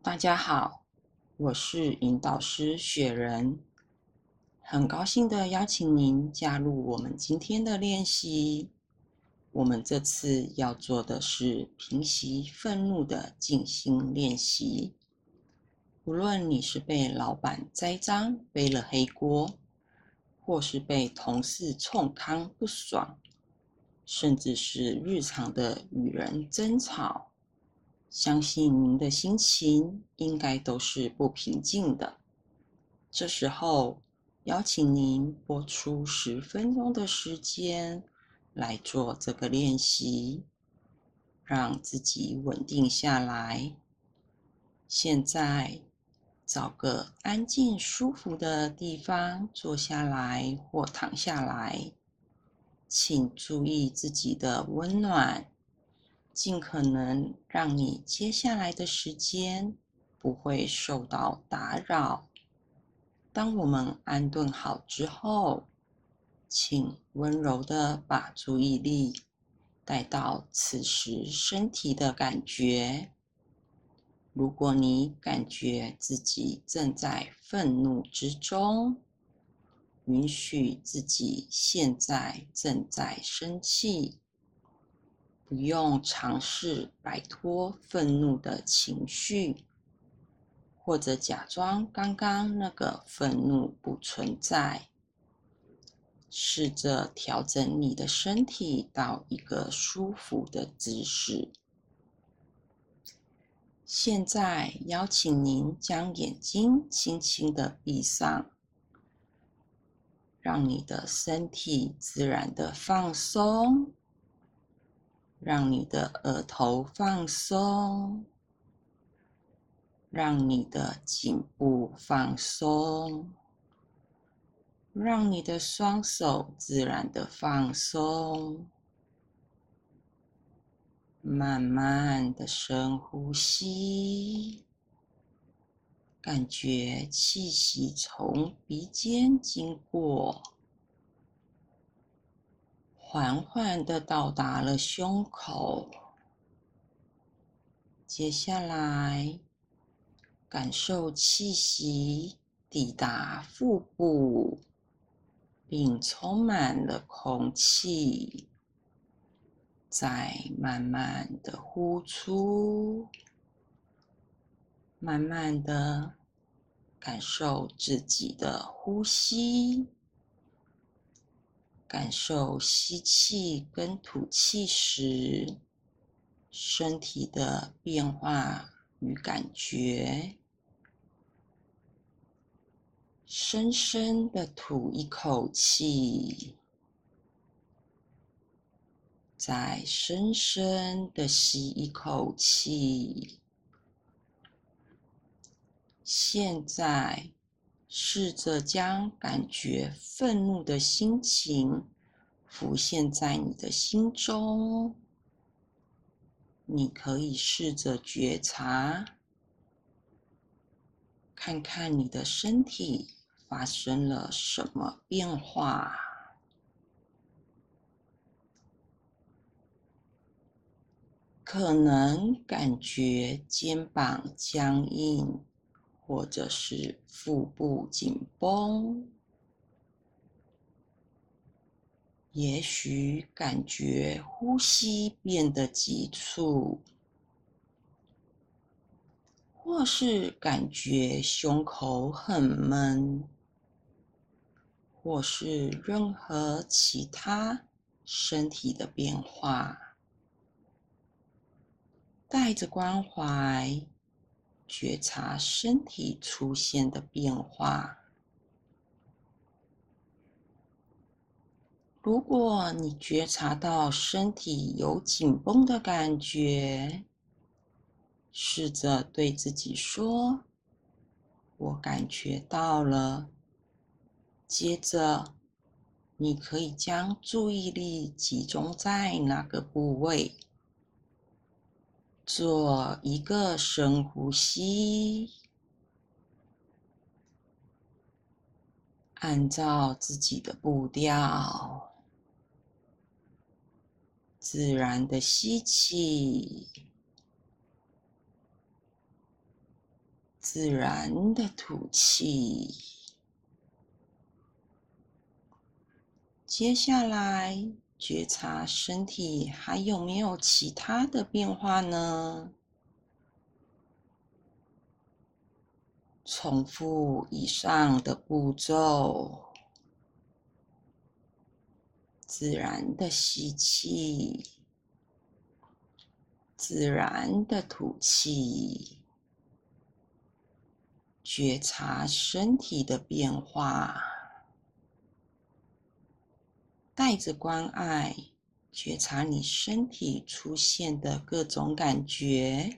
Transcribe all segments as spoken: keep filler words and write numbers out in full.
大家好，我是引导师雪人，很高兴的邀请您加入我们今天的练习。我们这次要做的是平息愤怒的静心练习。无论你是被老板栽赃背了黑锅，或是被同事冲康不爽，甚至是日常的与人争吵，相信您的心情应该都是不平静的。这时候，邀请您拨出十分钟的时间来做这个练习，让自己稳定下来。现在，找个安静舒服的地方坐下来或躺下来，请注意自己的温暖，尽可能让你接下来的时间不会受到打扰。当我们安顿好之后，请温柔地把注意力带到此时身体的感觉。如果你感觉自己正在愤怒之中，允许自己现在正在生气，不用尝试摆脱愤怒的情绪，或者假装刚刚那个愤怒不存在。试着调整你的身体到一个舒服的姿势。现在邀请您将眼睛轻轻地闭上，让你的身体自然的放松，让你的额头放松，让你的颈部放松，让你的双手自然的放松。慢慢的深呼吸，感觉气息从鼻尖经过，缓缓的到达了胸口。接下来，感受气息抵达腹部，并充满了空气。再慢慢的呼出，慢慢的感受自己的呼吸，感受吸气跟吐气时身体的变化与感觉。深深的吐一口气，再深深的吸一口气。现在，试着将感觉愤怒的心情浮现在你的心中。你可以试着觉察，看看你的身体发生了什么变化。可能感觉肩膀僵硬，或者是腹部紧绷，也许感觉呼吸变得急促，或是感觉胸口很闷，或是任何其他身体的变化。带着关怀，觉察身体出现的变化。如果你觉察到身体有紧绷的感觉，试着对自己说：我感觉到了。接着，你可以将注意力集中在那个部位，做一个深呼吸，按照自己的步调，自然的吸气， 自然的吐气。接下来，觉察身体还有没有其他的变化呢？重复以上的步骤，自然的吸气，自然的吐气，觉察身体的变化，带着关爱，觉察你身体出现的各种感觉。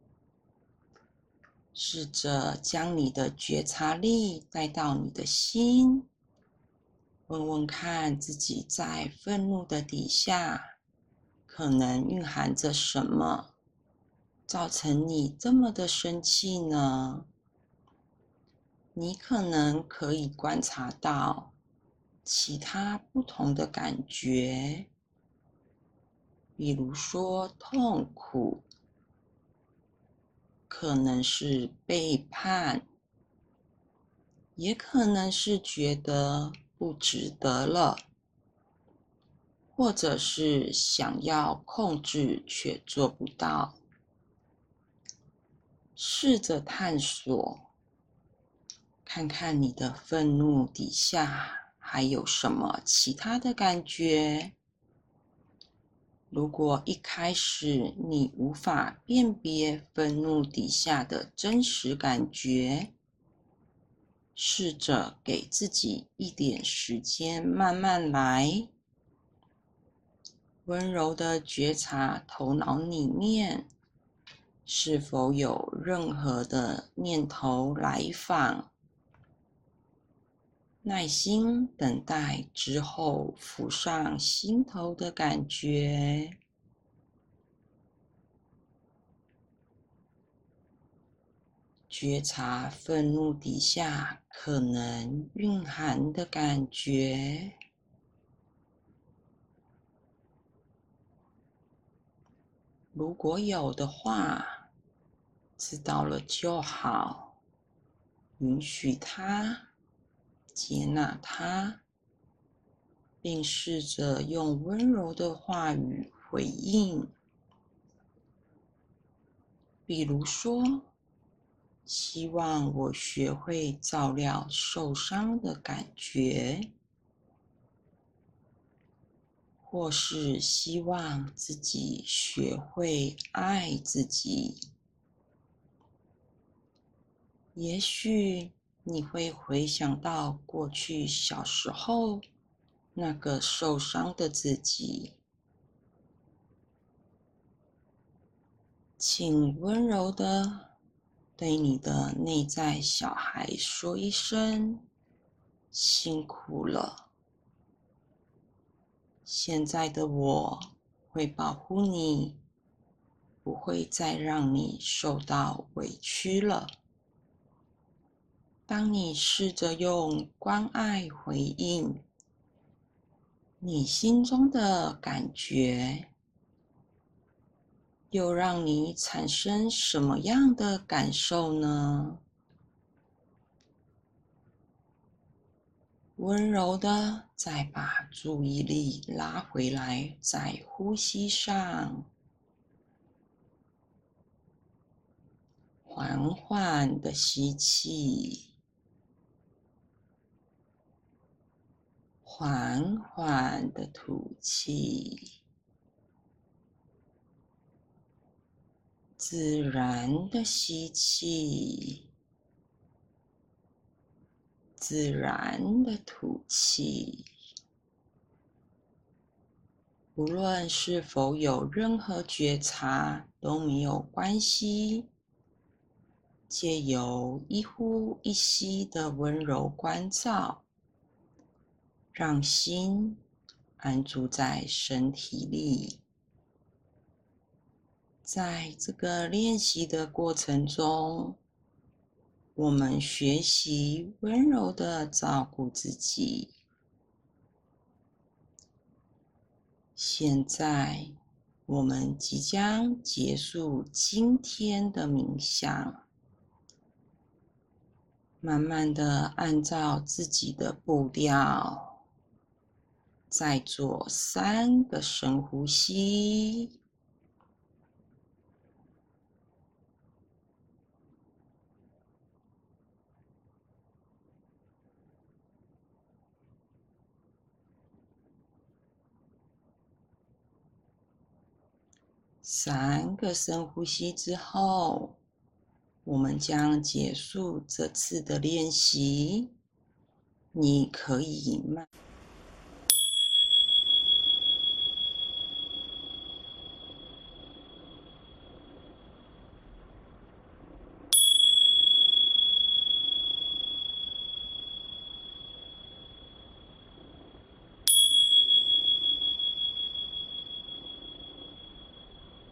试着将你的觉察力带到你的心，问问看自己在愤怒的底下，可能蕴含着什么，造成你这么的生气呢？你可能可以观察到其他不同的感觉，比如说痛苦，可能是背叛，也可能是觉得不值得了，或者是想要控制却做不到。试着探索，看看你的愤怒底下还有什么其他的感觉。如果一开始你无法辨别愤怒底下的真实感觉，试着给自己一点时间慢慢来，温柔地觉察头脑里面是否有任何的念头来访，耐心等待之后浮上心头的感觉。觉察愤怒底下可能蕴含的感觉。如果有的话，知道了就好，允许它，接纳它，并试着用温柔的话语回应。比如说，希望我学会照料受伤的感觉，或是希望自己学会爱自己。也许你会回想到过去小时候那个受伤的自己，请温柔地对你的内在小孩说一声辛苦了。现在的我会保护你，不会再让你受到委屈了。当你试着用关爱回应你心中的感觉，又让你产生什么样的感受呢？温柔的再把注意力拉回来，在呼吸上，缓缓的吸气，缓缓的吐气，自然的吸气，自然的吐气。无论是否有任何觉察都没有关系，借由一呼一吸的温柔关照，让心安住在身体里。在这个练习的过程中，我们学习温柔地照顾自己。现在，我们即将结束今天的冥想。 慢慢的按照自己的步调，再做三个深呼吸。三个深呼吸之后，我们将结束这次的练习。你可以慢